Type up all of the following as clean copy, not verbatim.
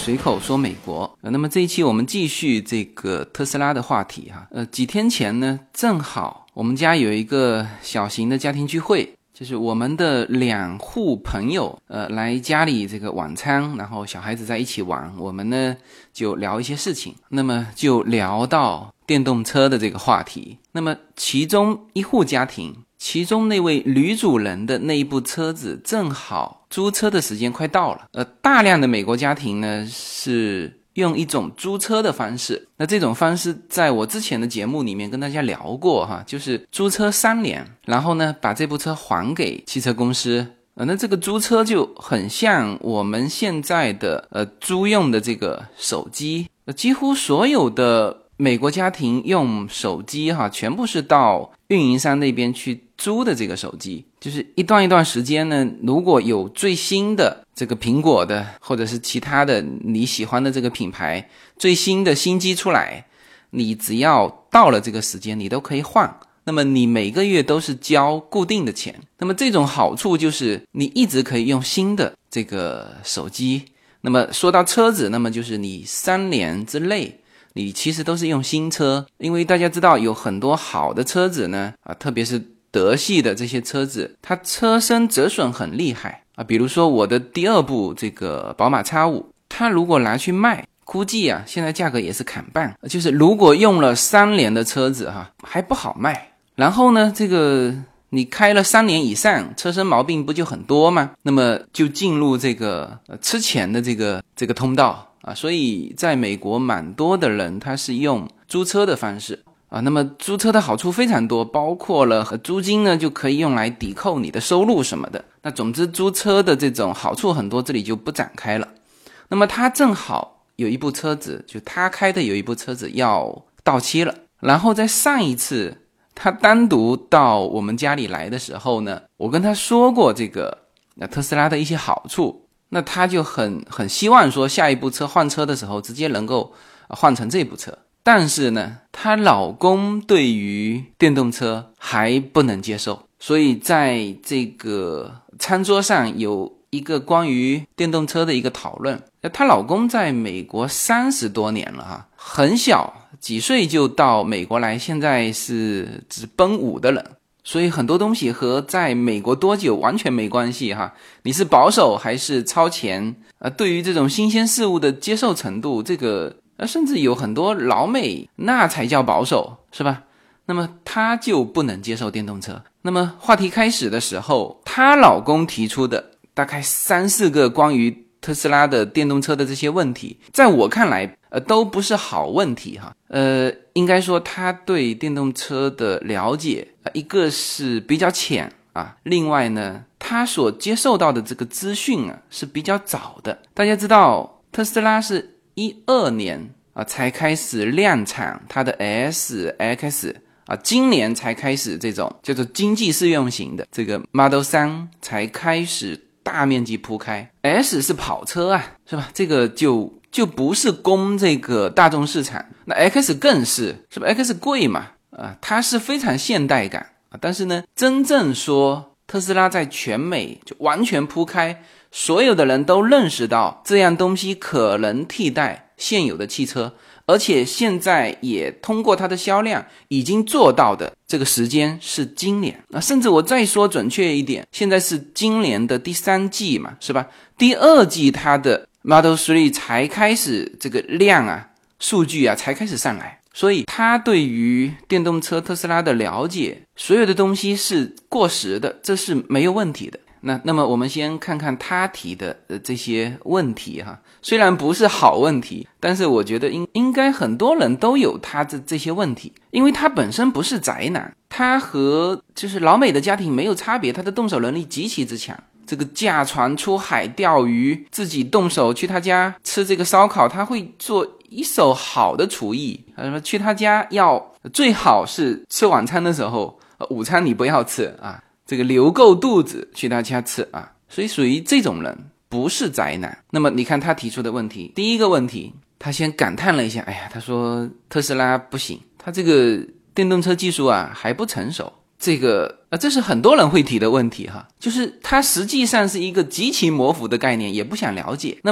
随口说美国。那么这一期我们继续这个特斯拉的话题哈。几天前呢，正好我们家有一个小型的家庭聚会，就是我们的2户朋友来家里这个晚餐，然后小孩子在一起玩，我们呢就聊一些事情，那么就聊到电动车的这个话题。那么其中一户家庭，其中那位女主人的那一部车子正好租车的时间快到了。大量的美国家庭呢是用一种租车的方式，那这种方式在我之前的节目里面跟大家聊过哈，就是租车3年，然后呢把这部车还给汽车公司。那这个租车就很像我们现在的租用的这个手机，几乎所有的美国家庭用手机哈，全部是到运营商那边去租的这个手机，就是一段一段时间呢，如果有最新的这个苹果的或者是其他的你喜欢的这个品牌最新的新机出来，你只要到了这个时间你都可以换，那么你每个月都是交固定的钱。那么这种好处就是你一直可以用新的这个手机。那么说到车子，那么就是你3年之内你其实都是用新车，因为大家知道有很多好的车子呢特别是德系的这些车子，它车身折损很厉害比如说我的第2部这个宝马 X5， 它如果拿去卖，估计现在价格也是砍半，就是如果用了3年的车子还不好卖。然后呢，这个你开了3年以上，车身毛病不就很多吗？那么就进入这个吃钱的这个通道所以在美国蛮多的人他是用租车的方式那么租车的好处非常多，包括了租金呢就可以用来抵扣你的收入什么的。那总之租车的这种好处很多，这里就不展开了。那么他正好有一部车子，就他开的有一部车子要到期了，然后在上一次他单独到我们家里来的时候呢，我跟他说过这个特斯拉的一些好处，那他就很希望说下一部车换车的时候直接能够换成这部车。但是呢，她老公对于电动车还不能接受，所以在这个餐桌上有一个关于电动车的一个讨论。她老公在美国30多年了很小几岁就到美国来，现在是只奔5的人，所以很多东西和在美国多久完全没关系你是保守还是超前对于这种新鲜事物的接受程度，这个甚至有很多老美那才叫保守，是吧？那么她就不能接受电动车。那么话题开始的时候，她老公提出的大概3-4个关于特斯拉的电动车的这些问题，在我看来都不是好问题应该说他对电动车的了解一个是比较浅另外呢他所接受到的这个资讯是比较早的。大家知道特斯拉是12年才开始量产它的 S、X今年才开始这种叫做经济适用型的这个 Model 3才开始大面积铺开。 S 是跑车是吧？这个就不是供这个大众市场。那 X 更是吧？ X 贵嘛它是非常现代感但是呢，真正说特斯拉在全美就完全铺开，所有的人都认识到这样东西可能替代现有的汽车，而且现在也通过它的销量已经做到的这个时间是今年甚至我再说准确一点，现在是今年的第3季嘛，是吧？第2季它的 Model 3才开始这个量数据才开始上来。所以他对于电动车特斯拉的了解，所有的东西是过时的，这是没有问题的。那么我们先看看他提的这些问题虽然不是好问题，但是我觉得应该很多人都有他这些问题，因为他本身不是宅男，他和就是老美的家庭没有差别，他的动手能力极其之强。这个驾船出海钓鱼，自己动手去他家吃这个烧烤，他会做一手好的厨艺。去他家要最好是吃晚餐的时候午餐你不要吃这个留够肚子去他家吃所以属于这种人，不是宅男。那么你看他提出的问题，第一个问题他先感叹了一下，他说特斯拉不行，他这个电动车技术还不成熟。这是很多人会提的问题就是它实际上是一个极其模糊的概念，也不想了解。那么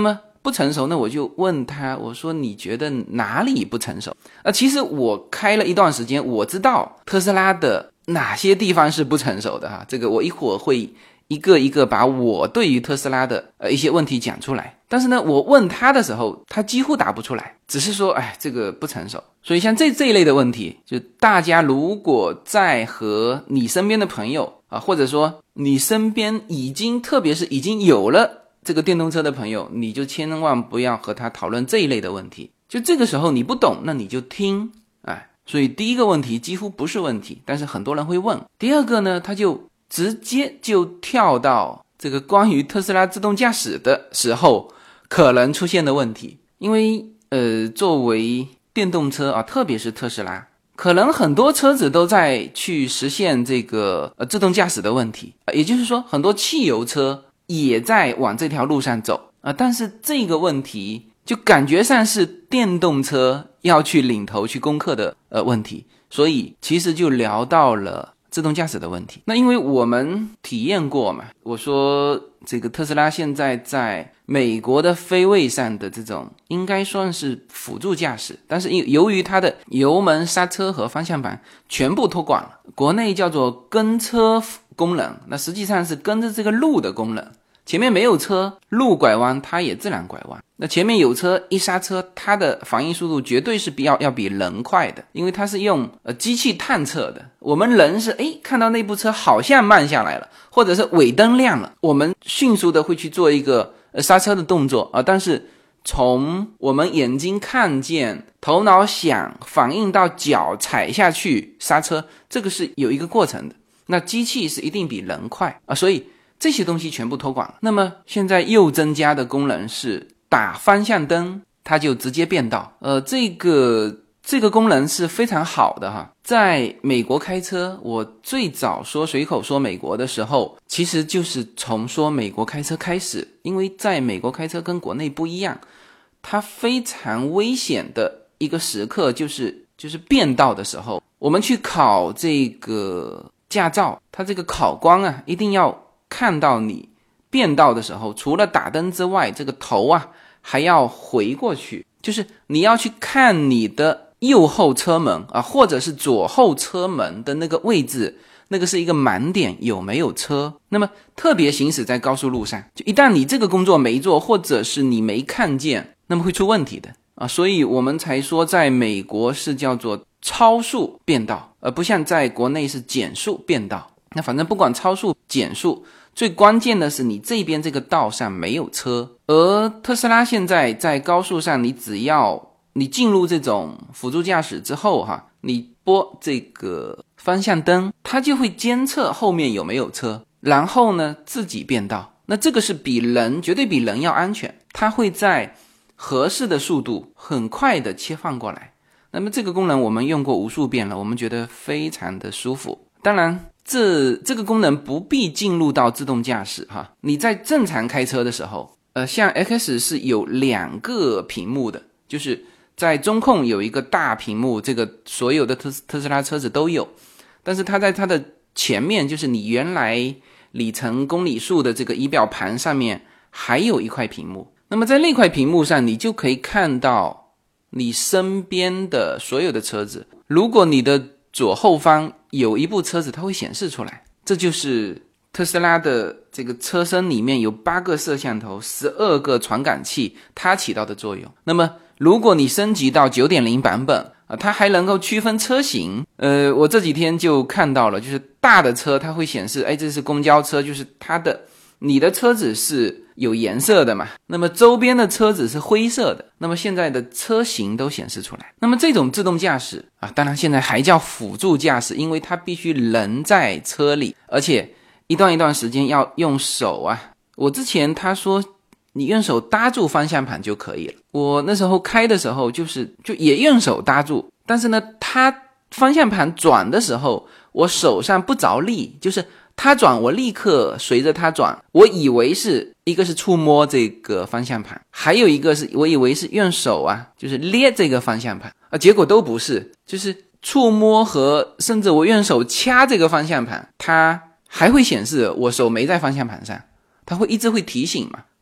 不成熟，那我就问他，我说你觉得哪里不成熟？其实我开了一段时间，我知道特斯拉的哪些地方是不成熟的哈，这个我一会儿会一个一个把我对于特斯拉的一些问题讲出来。但是呢，我问他的时候，他几乎答不出来，只是说这个不成熟。所以像这一类的问题，就大家如果在和你身边的朋友或者说你身边特别是已经有了这个电动车的朋友，你就千万不要和他讨论这一类的问题。就这个时候你不懂，那你就听。所以第一个问题几乎不是问题，但是很多人会问。第二个呢，他就直接就跳到这个关于特斯拉自动驾驶的时候可能出现的问题。因为作为电动车特别是特斯拉，可能很多车子都在去实现这个自动驾驶的问题，也就是说很多汽油车也在往这条路上走但是这个问题就感觉上是电动车要去领头去攻克的问题，所以其实就聊到了自动驾驶的问题。那因为我们体验过嘛，我说这个特斯拉现在在美国的非位上的这种应该算是辅助驾驶，但是由于它的油门、刹车和方向盘全部托管了，国内叫做跟车功能，那实际上是跟着这个路的功能。前面没有车，路拐弯它也自然拐弯，那前面有车一刹车，它的反应速度绝对是要比人快的，因为它是用机器探测的。我们人是看到那部车好像慢下来了，或者是尾灯亮了，我们迅速的会去做一个刹车的动作但是从我们眼睛看见、头脑想、反应到脚踩下去刹车，这个是有一个过程的。那机器是一定比人快所以这些东西全部托管了。那么现在又增加的功能是打方向灯，它就直接变道。这个功能是非常好的哈。在美国开车，我最早随口说美国的时候，其实就是从说美国开车开始。因为在美国开车跟国内不一样，它非常危险的一个时刻就是变道的时候。我们去考这个驾照，它这个考官一定要看到你变道的时候，除了打灯之外，这个头还要回过去，就是你要去看你的右后车门或者是左后车门的那个位置，那个是一个盲点，有没有车。那么特别行驶在高速路上，就一旦你这个工作没做，或者是你没看见，那么会出问题的所以我们才说在美国是叫做超速变道，而不像在国内是减速变道。那反正不管超速减速，最关键的是你这边这个道上没有车。而特斯拉现在在高速上，你只要你进入这种辅助驾驶之后你拨这个方向灯，它就会监测后面有没有车，然后呢自己变道。那这个是绝对比人要安全，它会在合适的速度很快的切换过来。那么这个功能我们用过无数遍了，我们觉得非常的舒服。当然这个功能不必进入到自动驾驶你在正常开车的时候像 X 是有2个屏幕的，就是在中控有一个大屏幕，这个所有的特斯拉车子都有，但是它在它的前面，就是你原来里程公里数的这个仪表盘上面还有一块屏幕。那么在那块屏幕上，你就可以看到你身边的所有的车子。如果你的左后方有一部车子，它会显示出来。这就是特斯拉的这个车身里面有8个摄像头、12个传感器，它起到的作用。那么如果你升级到 9.0 版本它还能够区分车型。我这几天就看到了，就是大的车它会显示这是公交车，就是你的车子是有颜色的嘛，那么周边的车子是灰色的，那么现在的车型都显示出来。那么这种自动驾驶当然现在还叫辅助驾驶，因为它必须人在车里，而且一段时间要用手我之前他说你用手搭住方向盘就可以了，我那时候开的时候就也用手搭住，但是呢它方向盘转的时候我手上不着力，就是它转我立刻随着它转，我以为是一个是触摸这个方向盘，还有一个是我以为是用手就是捏这个方向盘结果都不是，就是触摸和甚至我用手掐这个方向盘，它还会显示我手没在方向盘上，它会一直会提醒嘛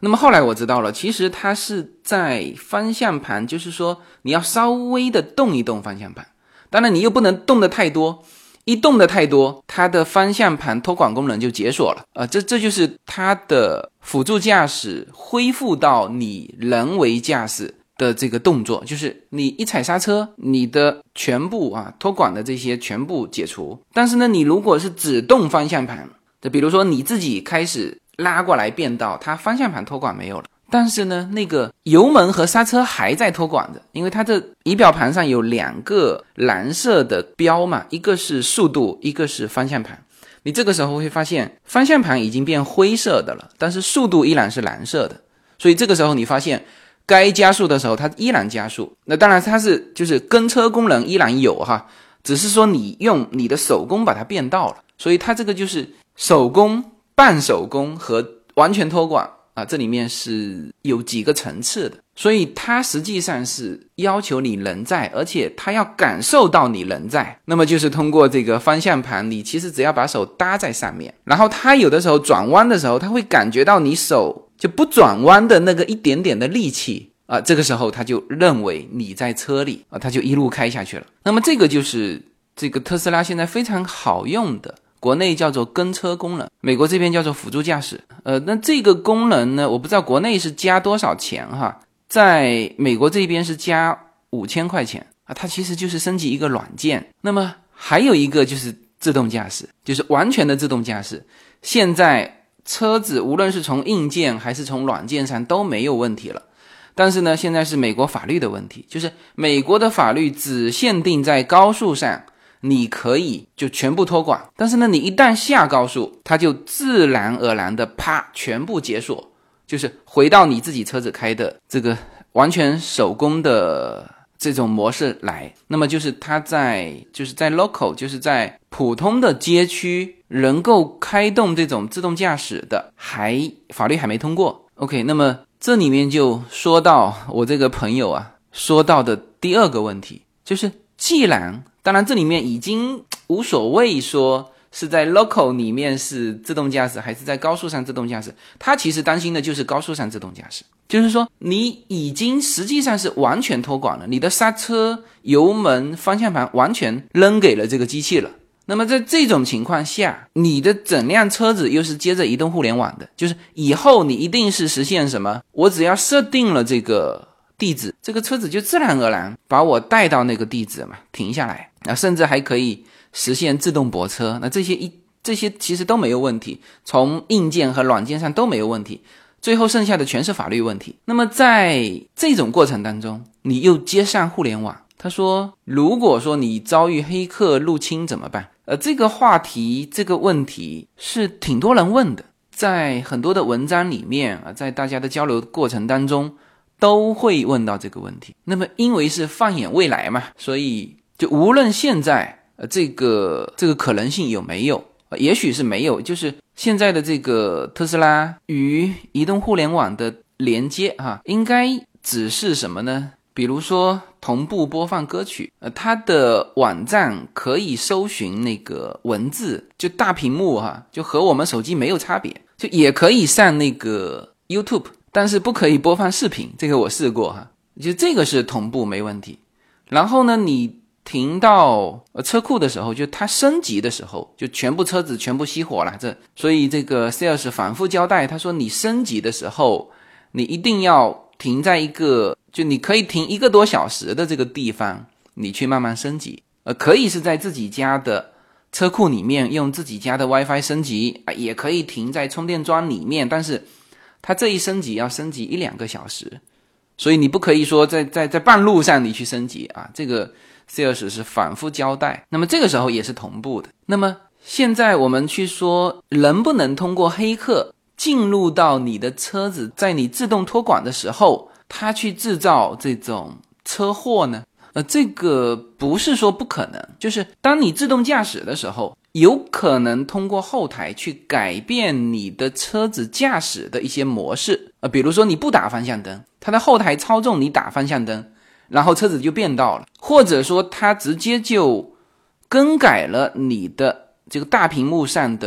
那么后来我知道了，其实它是在方向盘，就是说你要稍微的动一动方向盘，当然你又不能动得太多，一动得太多，它的方向盘托管功能就解锁了这就是它的辅助驾驶恢复到你人为驾驶的这个动作，就是你一踩刹车，你的全部托管的这些全部解除。但是呢，你如果是只动方向盘，就比如说你自己开始拉过来变道，它方向盘托管没有了，但是呢，那个油门和刹车还在托管着，因为它的仪表盘上有2个蓝色的标嘛，一个是速度，一个是方向盘。你这个时候会发现方向盘已经变灰色的了，但是速度依然是蓝色的，所以这个时候你发现该加速的时候它依然加速。那当然它是就是跟车功能依然有只是说你用你的手工把它变道了，所以它这个就是手工、半手工和完全托管这里面是有几个层次的，所以它实际上是要求你人在，而且它要感受到你人在。那么就是通过这个方向盘，你其实只要把手搭在上面，然后它有的时候转弯的时候，它会感觉到你手就不转弯的那个一点点的力气这个时候它就认为你在车里它就一路开下去了。那么这个就是这个特斯拉现在非常好用的，国内叫做跟车功能，美国这边叫做辅助驾驶。那这个功能呢，我不知道国内是加多少钱在美国这边是加5000块钱它其实就是升级一个软件。那么还有一个就是自动驾驶，就是完全的自动驾驶。现在车子无论是从硬件还是从软件上都没有问题了。但是呢，现在是美国法律的问题，就是美国的法律只限定在高速上你可以就全部托管，但是呢，你一旦下高速，它就自然而然的全部解锁，就是回到你自己车子开的这个完全手工的这种模式来。那么就是它在 local 就是在普通的街区能够开动这种自动驾驶的法律还没通过。 OK， 那么这里面就说到我这个朋友说到的第二个问题，就是既然当然这里面已经无所谓说是在 local 里面是自动驾驶还是在高速上自动驾驶，他其实担心的就是高速上自动驾驶，就是说你已经实际上是完全托管了，你的刹车、油门、方向盘完全扔给了这个机器了。那么在这种情况下，你的整辆车子又是接着移动互联网的，就是以后你一定是实现什么，我只要设定了这个地址，这个车子就自然而然把我带到那个地址嘛，停下来甚至还可以实现自动泊车。那这些其实都没有问题，从硬件和软件上都没有问题，最后剩下的全是法律问题。那么在这种过程当中，你又接上互联网，他说如果说你遭遇黑客入侵怎么办？这个话题这个问题是挺多人问的，在很多的文章里面在大家的交流过程当中都会问到这个问题。那么因为是放眼未来嘛，所以就无论现在这个可能性有没有也许是没有，就是现在的这个特斯拉与移动互联网的连接应该只是什么呢？比如说同步播放歌曲它的网站可以搜寻那个文字，就大屏幕就和我们手机没有差别，就也可以上那个 YouTube， 但是不可以播放视频，这个我试过就这个是同步没问题。然后呢，你停到车库的时候，就它升级的时候，就全部车子全部熄火了所以这个 sales 反复交代，他说你升级的时候你一定要停在一个就你可以停1个多小时的这个地方，你去慢慢升级可以是在自己家的车库里面用自己家的 WiFi 升级也可以停在充电桩里面，但是它这一升级要升级1-2个小时，所以你不可以说在半路上你去升级这个 sales 是反复交代。那么这个时候也是同步的。那么现在我们去说能不能通过黑客进入到你的车子，在你自动托管的时候他去制造这种车祸呢？这个不是说不可能，就是当你自动驾驶的时候，有可能通过后台去改变你的车子驾驶的一些模式比如说你不打方向灯，它的后台操纵你打方向灯，然后车子就变道了，或者说它直接就更改了你的这个大屏幕上的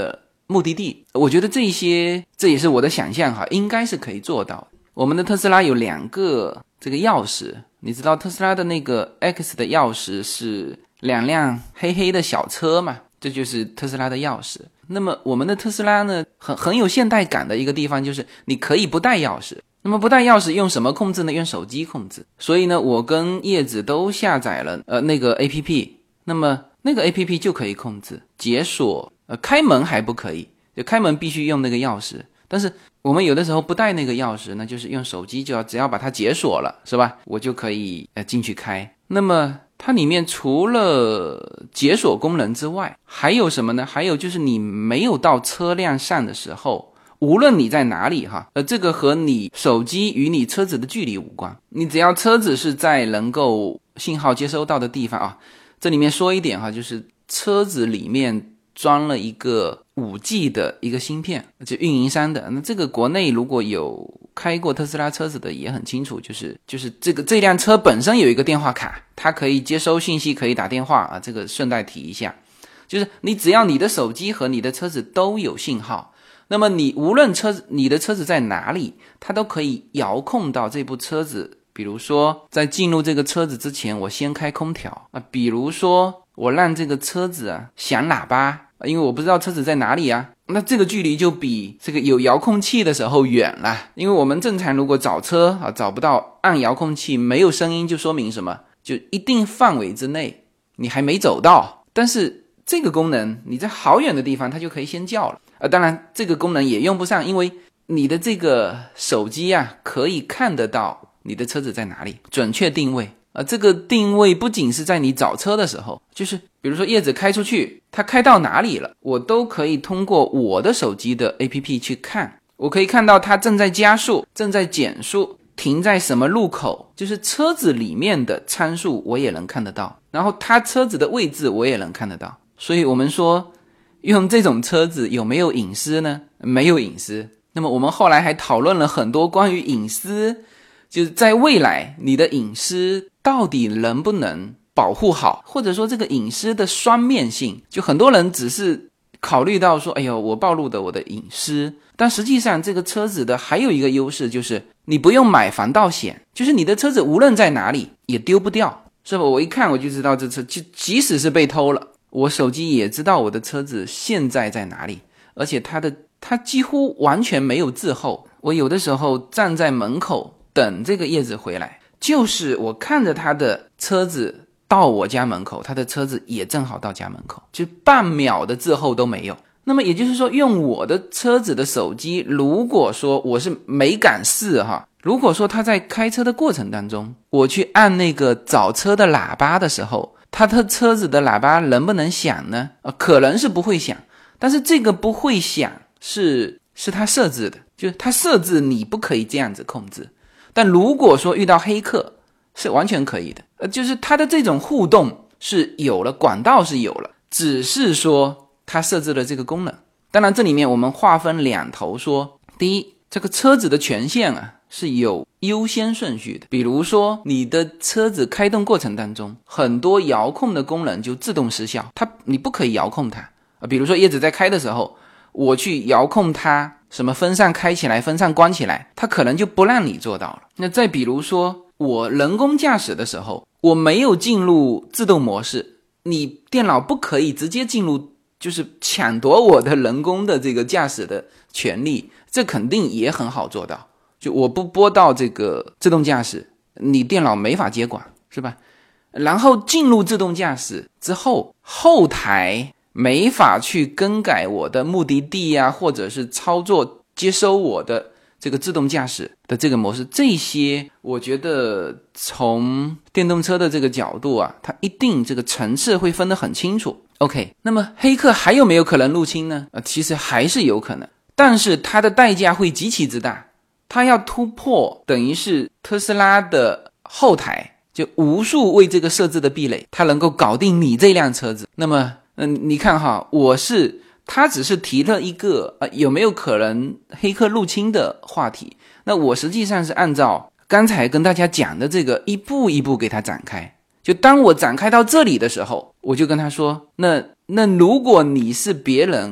目的地。我觉得这也是我的想象哈，应该是可以做到。我们的特斯拉有2个这个钥匙，你知道特斯拉的那个 X 的钥匙是2辆黑黑的小车嘛，这就是特斯拉的钥匙。那么我们的特斯拉呢，很有现代感的一个地方就是你可以不带钥匙。那么不带钥匙用什么控制呢？用手机控制。所以呢，我跟叶子都下载了那个 APP， 那么那个 APP 就可以控制解锁，开门还不可以，就开门必须用那个钥匙。但是我们有的时候不带那个钥匙，那就是用手机只要把它解锁了，是吧？我就可以进去开。那么它里面除了解锁功能之外，还有什么呢？还有就是你没有到车辆上的时候，无论你在哪里哈，这个和你手机与你车子的距离无关。你只要车子是在能够信号接收到的地方啊。这里面说一点哈，就是车子里面装了一个 5G 的一个芯片，就运营商的。那这个国内如果有开过特斯拉车子的也很清楚，就是这辆车本身有一个电话卡，它可以接收信息，可以打电话啊。这个顺带提一下，就是你只要你的手机和你的车子都有信号，那么你无论你的车子在哪里，它都可以遥控到这部车子。比如说在进入这个车子之前，我先开空调啊，比如说我让这个车子响喇叭，因为我不知道车子在哪里啊，那这个距离就比这个有遥控器的时候远了。因为我们正常如果找车找不到，按遥控器没有声音，就说明什么？就一定范围之内你还没走到。但是这个功能你在好远的地方它就可以先叫了。当然这个功能也用不上，因为你的这个手机可以看得到你的车子在哪里，准确定位。这个定位不仅是在你找车的时候，就是比如说叶子开出去，它开到哪里了，我都可以通过我的手机的 APP 去看。我可以看到它正在加速，正在减速，停在什么路口，就是车子里面的参数我也能看得到，然后它车子的位置我也能看得到。所以我们说用这种车子有没有隐私呢？没有隐私。那么我们后来还讨论了很多关于隐私，就是在未来你的隐私到底能不能保护好，或者说这个隐私的双面性。就很多人只是考虑到说，哎呦，我暴露的我的隐私，但实际上这个车子的还有一个优势，就是你不用买防盗险，就是你的车子无论在哪里也丢不掉，是吧？我一看我就知道这车，就即使是被偷了，我手机也知道我的车子现在在哪里，而且它几乎完全没有滞后。我有的时候站在门口等这个叶子回来，就是我看着他的车子到我家门口，他的车子也正好到家门口，就半秒的滞后都没有。那么也就是说，用我的车子的手机，如果说我是没敢试如果说他在开车的过程当中，我去按那个找车的喇叭的时候，他的车子的喇叭能不能响呢？可能是不会响，但是这个不会响是他设置的，就是他设置你不可以这样子控制。但如果说遇到黑客是完全可以的，就是他的这种互动是有了，管道是有了，只是说他设置了这个功能。当然这里面我们划分两头说，第一，这个车子的权限是有优先顺序的。比如说你的车子开动过程当中，很多遥控的功能就自动失效，你不可以遥控它。比如说叶子在开的时候，我去遥控它什么风扇开起来，风扇关起来，它可能就不让你做到了。那再比如说我人工驾驶的时候，我没有进入自动模式，你电脑不可以直接进入，就是抢夺我的人工的这个驾驶的权利，这肯定也很好做到。就我不拨到这个自动驾驶，你电脑没法接管，是吧？然后进入自动驾驶之后，后台没法去更改我的目的地或者是操作接收我的这个自动驾驶的这个模式，这些我觉得从电动车的这个角度它一定这个层次会分得很清楚。 OK， 那么黑客还有没有可能入侵呢？其实还是有可能，但是它的代价会极其之大。它要突破等于是特斯拉的后台，就无数为这个设置的壁垒，它能够搞定你这辆车子。那么你看他只是提了一个有没有可能黑客入侵的话题，那我实际上是按照刚才跟大家讲的这个一步一步给他展开。就当我展开到这里的时候，我就跟他说，那如果你是别人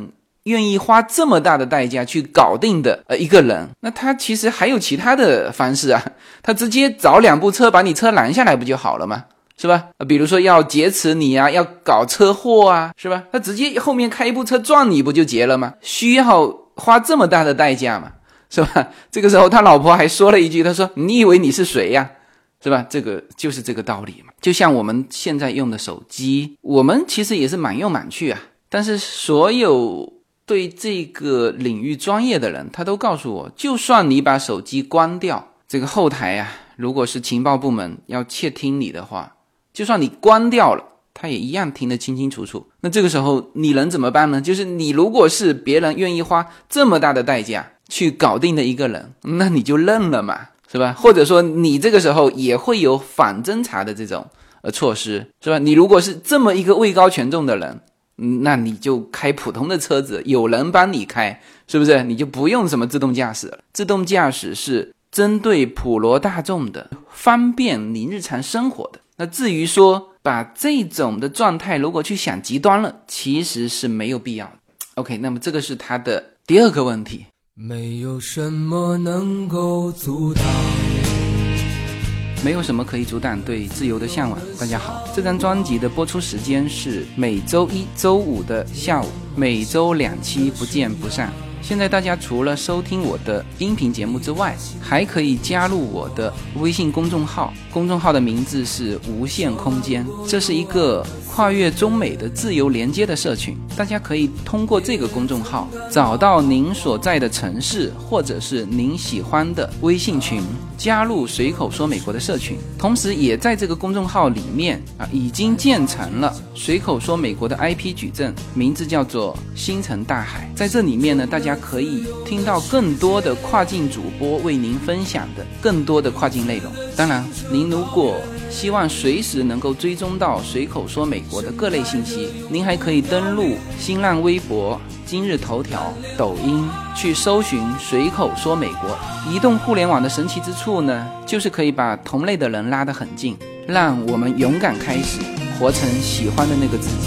愿意花这么大的代价去搞定的一个人，那他其实还有其他的方式啊，他直接找2部车把你车拦下来不就好了吗？是吧？比如说要劫持你啊，要搞车祸啊，是吧？他直接后面开一部车撞你不就结了吗？需要花这么大的代价吗？是吧？这个时候他老婆还说了一句，他说你以为你是谁呀？是吧？这个就是这个道理嘛。就像我们现在用的手机，我们其实也是满用满去啊，但是所有对这个领域专业的人，他都告诉我，就算你把手机关掉，这个后台啊，如果是情报部门要窃听你的话，就算你关掉了，他也一样听得清清楚楚。那这个时候你能怎么办呢？就是你如果是别人愿意花这么大的代价去搞定的一个人，那你就认了嘛，是吧？或者说你这个时候也会有反侦查的这种措施，是吧？你如果是这么一个位高权重的人，那你就开普通的车子，有人帮你开，是不是？你就不用什么自动驾驶了。自动驾驶是针对普罗大众的，方便您日常生活的。那至于说把这种的状态如果去想极端了，其实是没有必要的。 OK， 那么这个是他的第2个问题。 没有什么能够阻挡， 没有什么可以阻挡对自由的向往。大家好，这张专辑的播出时间是每周1、周5的下午，每周2期，不见不散。现在大家除了收听我的音频节目之外，还可以加入我的微信公众号，公众号的名字是无限空间。这是一个跨越中美的自由连接的社群，大家可以通过这个公众号找到您所在的城市或者是您喜欢的微信群，加入随口说美国的社群。同时也在这个公众号里面已经建成了随口说美国的 IP 矩阵，名字叫做星辰大海。在这里面呢，大家可以听到更多的跨境主播为您分享的更多的跨境内容。当然您如果希望随时能够追踪到随口说美国的各类信息，您还可以登录新浪微博、今日头条、抖音去搜寻随口说美国。移动互联网的神奇之处呢，就是可以把同类的人拉得很近，让我们勇敢开始，活成喜欢的那个自己。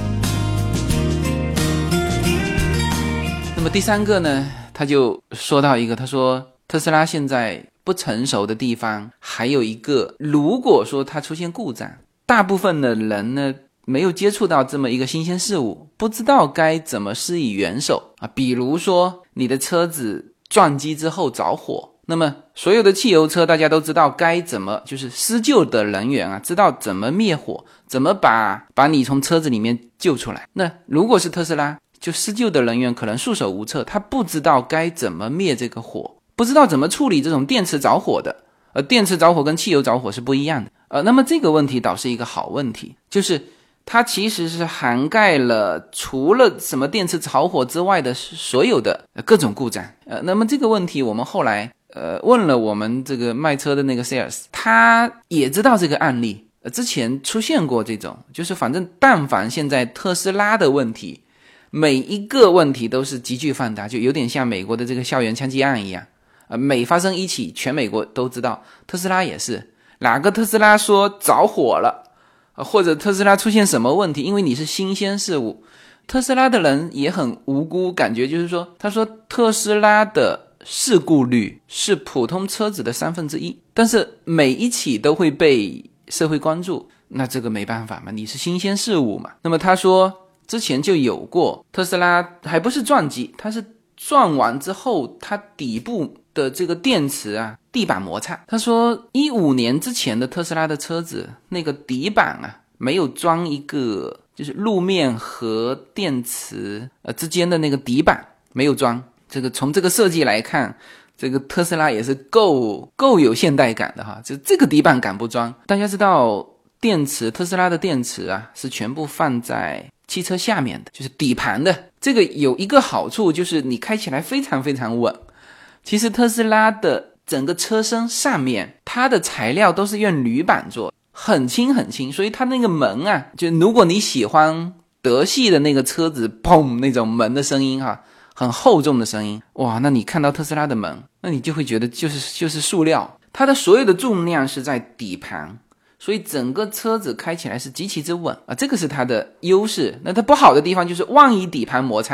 那么第3个呢，他就说到一个，他说特斯拉现在不成熟的地方还有一个，如果说它出现故障，大部分的人呢没有接触到这么一个新鲜事物，不知道该怎么施以援手比如说你的车子撞击之后着火，那么所有的汽油车大家都知道该怎么，就是施救的人员知道怎么灭火，怎么把你从车子里面救出来。那如果是特斯拉，就施救的人员可能束手无策，他不知道该怎么灭这个火，不知道怎么处理这种电池着火的，电池着火跟汽油着火是不一样的。那么这个问题倒是一个好问题，就是它其实是涵盖了除了什么电池着火之外的所有的各种故障。那么这个问题我们后来问了我们这个卖车的那个 sales， 他也知道这个案例，之前出现过这种，就是反正但凡现在特斯拉的问题，每一个问题都是急剧放大，就有点像美国的这个校园枪击案一样，每发生一起全美国都知道。特斯拉也是，哪个特斯拉说着火了，或者特斯拉出现什么问题，因为你是新鲜事物，特斯拉的人也很无辜，感觉就是说，他说特斯拉的事故率是普通车子的1/3，但是每一起都会被社会关注，那这个没办法嘛，你是新鲜事物嘛。那么他说之前就有过特斯拉还不是撞击，它是撞完之后它底部的这个电池地板摩擦。他说15年之前的特斯拉的车子那个底板没有装一个就是路面和电池之间的那个底板没有装，这个从这个设计来看，这个特斯拉也是够有现代感的哈，就这个底板敢不装。大家知道电池，特斯拉的电池是全部放在汽车下面的，就是底盘的。这个有一个好处，就是你开起来非常非常稳。其实特斯拉的整个车身上面，它的材料都是用铝板做，很轻很轻，所以它那个门就如果你喜欢德系的那个车子砰那种门的声音很厚重的声音，哇，那你看到特斯拉的门，那你就会觉得就是塑料，它的所有的重量是在底盘，所以整个车子开起来是极其之稳这个是它的优势。那它不好的地方就是万一底盘摩擦，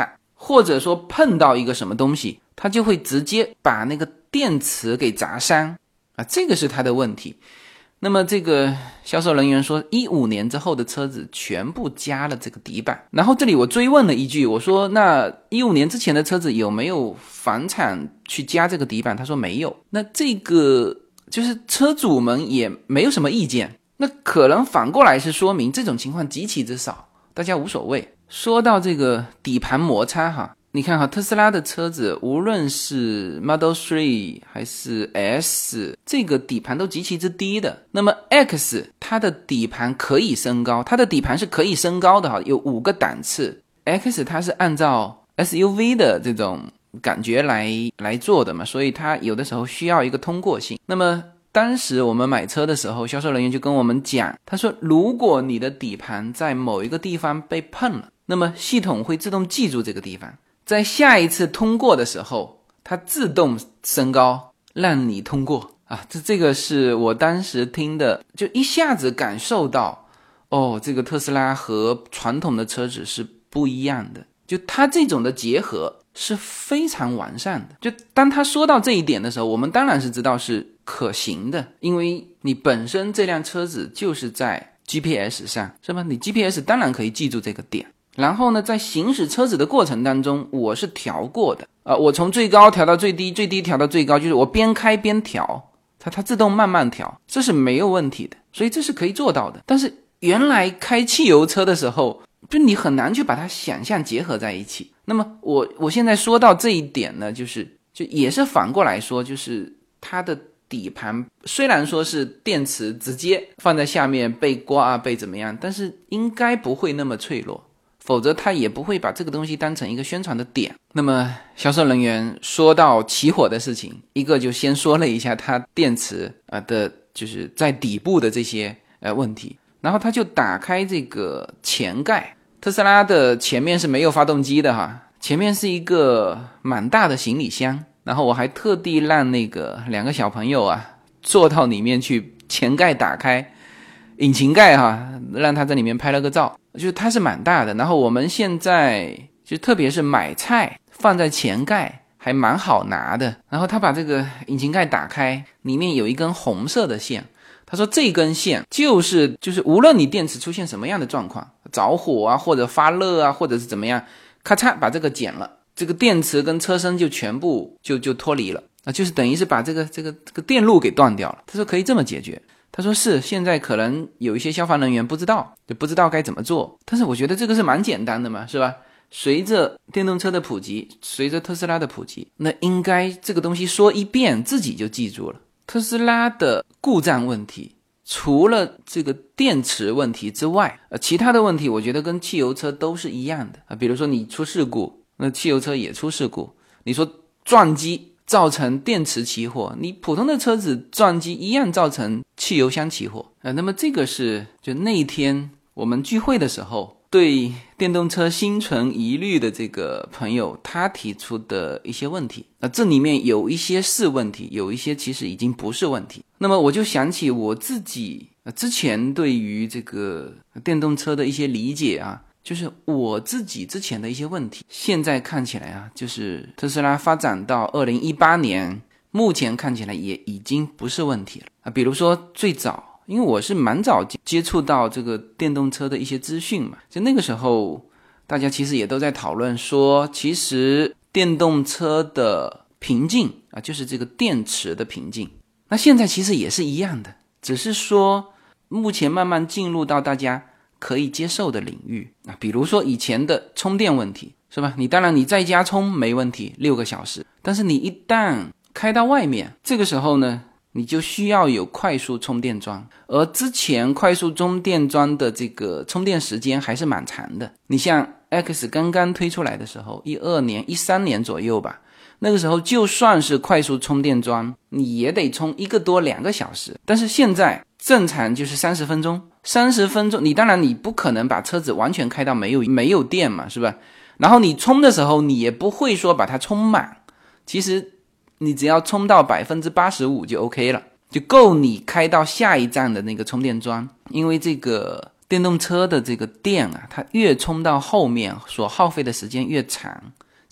或者说碰到一个什么东西，它就会直接把那个电池给砸伤啊，这个是它的问题。那么这个销售人员说15年之后的车子全部加了这个底板，然后这里我追问了一句，我说那15年之前的车子有没有房产去加这个底板？他说没有。那这个就是车主们也没有什么意见，那可能反过来是说明这种情况极其之少，大家无所谓。说到这个底盘摩擦哈，你看哈，特斯拉的车子无论是 Model 3还是 S， 这个底盘都极其之低的。那么 X 它的底盘可以升高，它的底盘是可以升高的哈，有5个档次。X 它是按照 SUV 的这种感觉来做的嘛，所以它有的时候需要一个通过性。那么当时我们买车的时候，销售人员就跟我们讲，他说如果你的底盘在某一个地方被碰了，那么系统会自动记住这个地方，在下一次通过的时候它自动升高让你通过啊。这个是我当时听的，就一下子感受到这个特斯拉和传统的车子是不一样的，就它这种的结合是非常完善的。就当他说到这一点的时候，我们当然是知道是可行的，因为你本身这辆车子就是在 GPS 上，是吧？你 GPS 当然可以记住这个点。然后呢，在行驶车子的过程当中，我是调过的我从最高调到最低，最低调到最高，就是我边开边调，它自动慢慢调，这是没有问题的，所以这是可以做到的。但是原来开汽油车的时候，就你很难去把它想象结合在一起。那么我现在说到这一点呢，就也是反过来说，就是它的底盘虽然说是电池直接放在下面被刮被怎么样，但是应该不会那么脆弱，否则他也不会把这个东西当成一个宣传的点。那么销售人员说到起火的事情，一个就先说了一下它电池的就是在底部的这些问题，然后他就打开这个前盖。特斯拉的前面是没有发动机的哈，前面是一个蛮大的行李箱，然后我还特地让那个2个小朋友坐到里面去，前盖打开，引擎盖让他在里面拍了个照，就是它是蛮大的。然后我们现在就特别是买菜放在前盖还蛮好拿的。然后他把这个引擎盖打开，里面有一根红色的线，他说这根线就是无论你电池出现什么样的状况，着火或者发热或者是怎么样，咔嚓把这个剪了，这个电池跟车身就全部就脱离了就是等于是把这个电路给断掉了。他说可以这么解决。他说是，现在可能有一些消防人员不知道该怎么做，但是我觉得这个是蛮简单的嘛，是吧？随着电动车的普及，随着特斯拉的普及，那应该这个东西说一遍自己就记住了。特斯拉的故障问题除了这个电池问题之外其他的问题我觉得跟汽油车都是一样的比如说你出事故，那汽油车也出事故。你说撞击造成电池起火，你普通的车子撞击一样造成汽油箱起火那么这个是就那一天我们聚会的时候对电动车心存疑虑的这个朋友他提出的一些问题这里面有一些是问题，有一些其实已经不是问题。那么我就想起我自己之前对于这个电动车的一些理解就是我自己之前的一些问题，现在看起来就是特斯拉发展到2018年，目前看起来也已经不是问题了比如说最早，因为我是蛮早接触到这个电动车的一些资讯嘛，就那个时候大家其实也都在讨论说，其实电动车的瓶颈就是这个电池的瓶颈。那现在其实也是一样的，只是说目前慢慢进入到大家可以接受的领域比如说以前的充电问题，是吧？你当然你在家充没问题，6个小时，但是你一旦开到外面，这个时候呢你就需要有快速充电桩，而之前快速充电桩的这个充电时间还是蛮长的。你像 X 刚刚推出来的时候，12年13年左右吧，那个时候就算是快速充电桩你也得充1个多2个小时，但是现在正常就是30分钟。30分钟你当然你不可能把车子完全开到没有电嘛，是吧？然后你充的时候你也不会说把它充满，其实你只要充到 85% 就 OK 了，就够你开到下一站的那个充电桩。因为这个电动车的这个电它越充到后面所耗费的时间越长，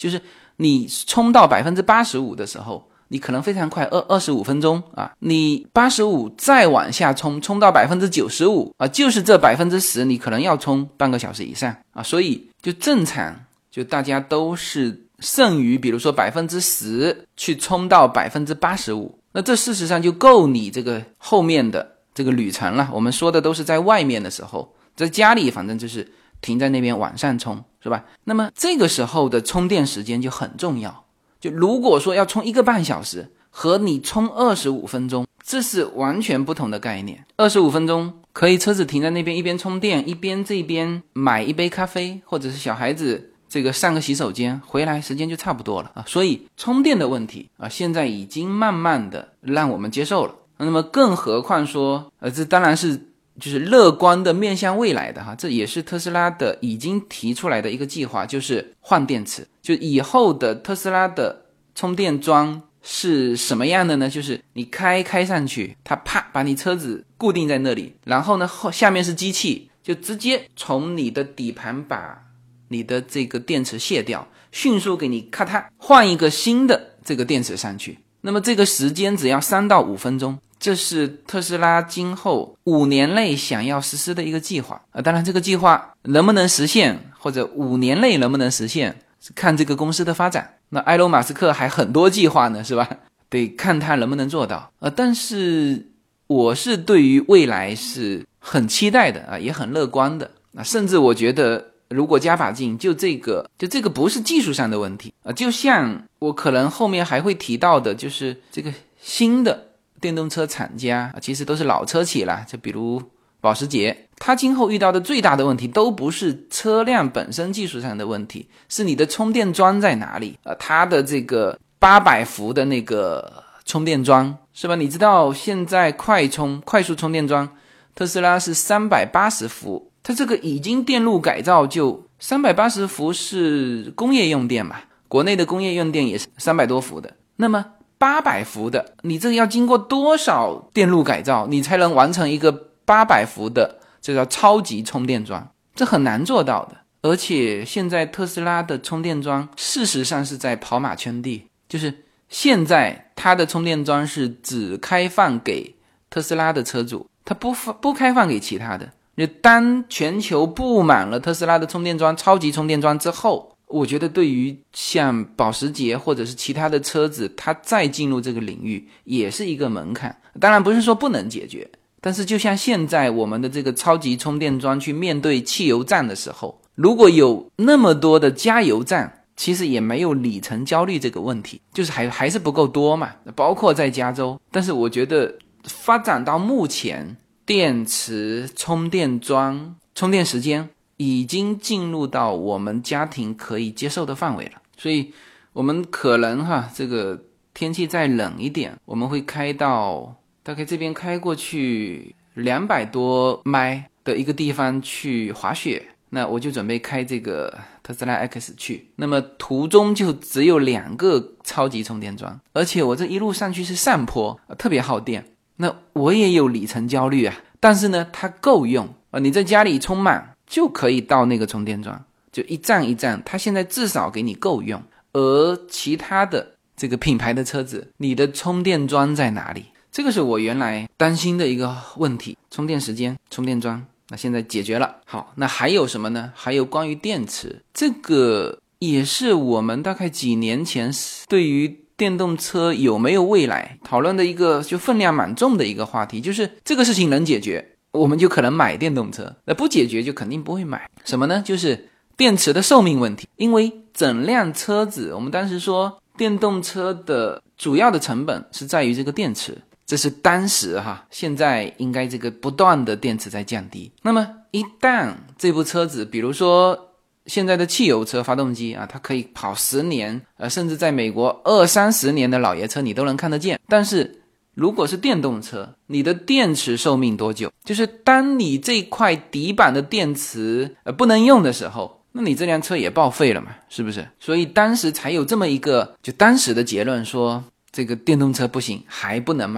就是你充到 85% 的时候，你可能非常快25分钟啊，你85再往下冲到 95% 啊，就是这 10% 你可能要冲半个小时以上啊，所以就正常就大家都是剩余比如说 10% 去冲到 85%， 那这事实上就够你这个后面的这个旅程了。我们说的都是在外面的时候，在家里反正就是停在那边往上冲，是吧？那么这个时候的充电时间就很重要，就如果说要充1个半小时和你充25分钟，这是完全不同的概念。25分钟可以车子停在那边，一边充电一边这边买一杯咖啡，或者是小孩子这个上个洗手间回来时间就差不多了啊。所以充电的问题啊，现在已经慢慢的让我们接受了。那么更何况说这当然是就是乐观的面向未来的哈，这也是特斯拉的已经提出来的一个计划，就是换电池。就以后的特斯拉的充电桩是什么样的呢？就是你开上去，它啪把你车子固定在那里，然后呢下面是机器，就直接从你的底盘把你的这个电池卸掉，迅速给你咔嗒换一个新的这个电池上去。那么这个时间只要3到5分钟，这是特斯拉今后5年内想要实施的一个计划当然这个计划能不能实现，或者5年内能不能实现，是看这个公司的发展。那埃隆马斯克还很多计划呢，是吧？得看他能不能做到但是我是对于未来是很期待的也很乐观的甚至我觉得如果加把劲，就这个不是技术上的问题就像我可能后面还会提到的，就是这个新的电动车厂家其实都是老车企啦，就比如保时捷，它今后遇到的最大的问题都不是车辆本身技术上的问题，是你的充电桩在哪里它的这个800伏的那个充电桩，是吧？你知道现在快速充电桩特斯拉是380伏，它这个已经电路改造，就380伏是工业用电嘛，国内的工业用电也是300多伏的，那么800伏的你这个要经过多少电路改造你才能完成一个800伏的这叫超级充电桩，这很难做到的。而且现在特斯拉的充电桩事实上是在跑马圈地，就是现在它的充电桩是只开放给特斯拉的车主，它不开放给其他的。当全球布满了特斯拉的充电桩超级充电桩之后，我觉得对于像保时捷或者是其他的车子，它再进入这个领域也是一个门槛。当然不是说不能解决，但是就像现在我们的这个超级充电桩去面对汽油站的时候，如果有那么多的加油站，其实也没有里程焦虑这个问题，就是还是不够多嘛，包括在加州。但是我觉得发展到目前，电池充电桩充电时间已经进入到我们家庭可以接受的范围了，所以我们可能这个天气再冷一点，我们会开到大概这边开过去200多迈的一个地方去滑雪，那我就准备开这个特斯拉 X 去，那么途中就只有2个超级充电桩，而且我这一路上去是上坡特别耗电，那我也有里程焦虑但是呢它够用你在家里充满就可以到那个充电桩，就一站一站，它现在至少给你够用。而其他的这个品牌的车子，你的充电桩在哪里？这个是我原来担心的一个问题，充电时间充电桩，那现在解决了。好，那还有什么呢？还有关于电池，这个也是我们大概几年前对于电动车有没有未来讨论的一个就分量蛮重的一个话题，就是这个事情能解决，我们就可能买电动车，那不解决就肯定不会买。什么呢？就是电池的寿命问题。因为整辆车子，我们当时说电动车的主要的成本是在于这个电池，这是当时现在应该这个不断的电池在降低。那么一旦这部车子，比如说现在的汽油车发动机它可以跑10年甚至在美国20-30年的老爷车你都能看得见，但是如果是电动车，你的电池寿命多久？就是当你这块底板的电池不能用的时候，那你这辆车也报废了嘛，是不是？所以当时才有这么一个就当时的结论说这个电动车不行，还不能买。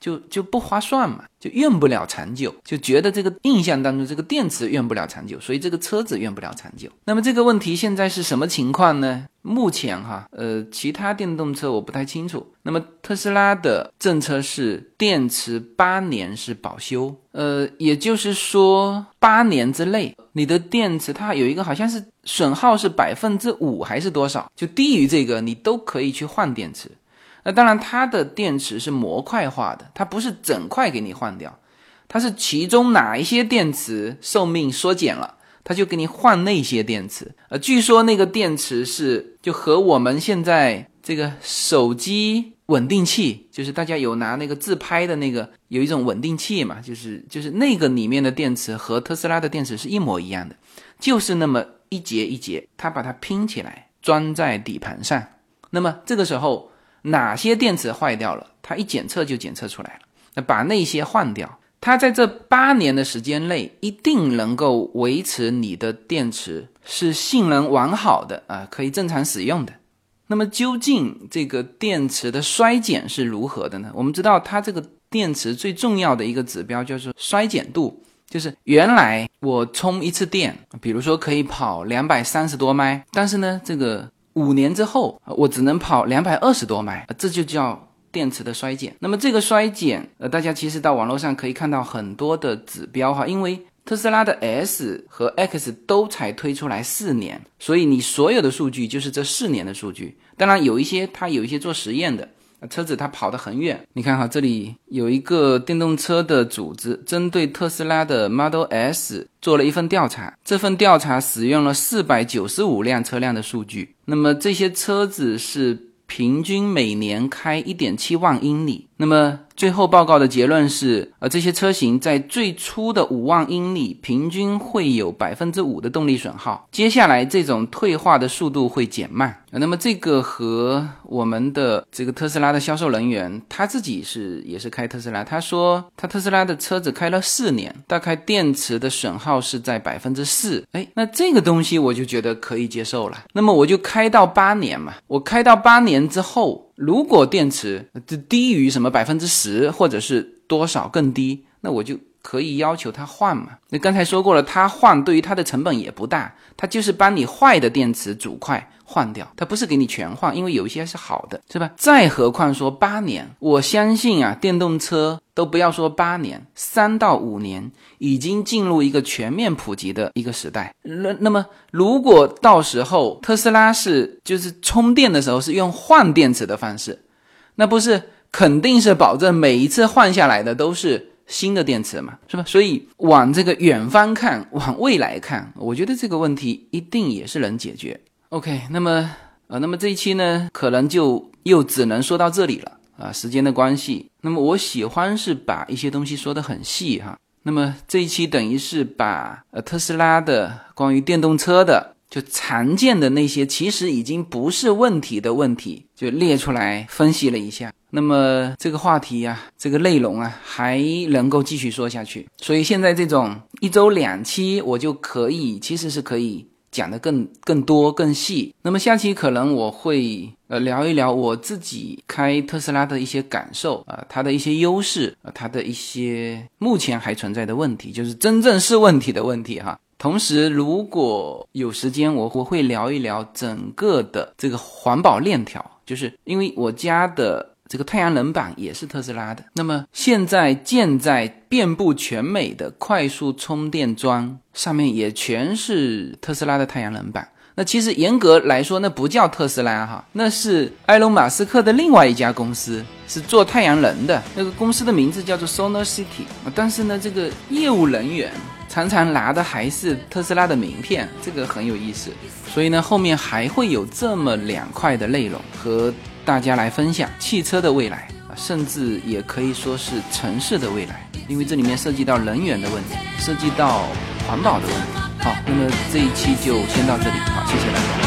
就不划算嘛，就用不了长久，就觉得这个印象当中这个电池用不了长久，所以这个车子用不了长久。那么这个问题现在是什么情况呢？目前其他电动车我不太清楚。那么特斯拉的政策是电池8年是保修，也就是说8年之内你的电池它有一个好像是损耗是 5% 还是多少，就低于这个你都可以去换电池。那当然它的电池是模块化的，它不是整块给你换掉，它是其中哪一些电池寿命缩减了，它就给你换那些电池。据说那个电池是就和我们现在这个手机稳定器，就是大家有拿那个自拍的那个有一种稳定器嘛，就是那个里面的电池和特斯拉的电池是一模一样的，就是那么一节一节，它把它拼起来装在底盘上。那么这个时候哪些电池坏掉了，它一检测就检测出来了，那把那些换掉，它在这8年的时间内一定能够维持你的电池是性能完好的可以正常使用的。那么究竟这个电池的衰减是如何的呢？我们知道它这个电池最重要的一个指标就是衰减度，就是原来我充一次电比如说可以跑230多迈，但是呢这个5年之后我只能跑220多迈，这就叫电池的衰减。那么这个衰减大家其实到网络上可以看到很多的指标因为特斯拉的 S 和 X 都才推出来4年，所以你所有的数据就是这4年的数据。当然它有一些做实验的车子它跑得很远，你看这里有一个电动车的组织针对特斯拉的 Model S 做了一份调查，这份调查使用了495辆车辆的数据。那么这些车子是平均每年开 1.7 万英里，那么最后报告的结论是这些车型在最初的5万英里平均会有 5% 的动力损耗，接下来这种退化的速度会减慢。那么这个和我们的这个特斯拉的销售人员他自己也是开特斯拉，他说他特斯拉的车子开了4年，大概电池的损耗是在 4%。 那这个东西我就觉得可以接受了。那么我就开到8年嘛，我开到8年之后，如果电池低于什么 10% 或者是多少更低，那我就可以要求他换嘛。那刚才说过了，他换对于他的成本也不大，他就是把你坏的电池组块换掉，他不是给你全换，因为有一些是好的，是吧？再何况说8年，我相信电动车都不要说8年，3到5年已经进入一个全面普及的一个时代。那么如果到时候特斯拉就是充电的时候是用换电池的方式，那不是肯定是保证每一次换下来的都是新的电池嘛，是吧？所以往这个远方看，往未来看，我觉得这个问题一定也是能解决。OK， 那么这一期呢可能就又只能说到这里了时间的关系。那么我喜欢是把一些东西说得很细那么这一期等于是把特斯拉的关于电动车的就常见的那些其实已经不是问题的问题就列出来分析了一下。那么这个话题这个内容还能够继续说下去，所以现在这种1周2期我就其实是可以讲得更多更细。那么下期可能我会聊一聊我自己开特斯拉的一些感受它的一些优势它的一些目前还存在的问题，就是真正是问题的问题同时如果有时间我会聊一聊整个的这个环保链条，就是因为我家的这个太阳能板也是特斯拉的，那么现在建在遍布全美的快速充电桩上面也全是特斯拉的太阳能板。那其实严格来说那不叫特斯拉那是埃隆马斯克的另外一家公司，是做太阳能的，那个公司的名字叫做 Solar City 但是呢这个业务人员常常拿的还是特斯拉的名片，这个很有意思。所以呢后面还会有这么2块的内容和大家来分享汽车的未来甚至也可以说是城市的未来，因为这里面涉及到能源的问题，涉及到环保的问题。好，那么这一期就先到这里，好，谢谢大家。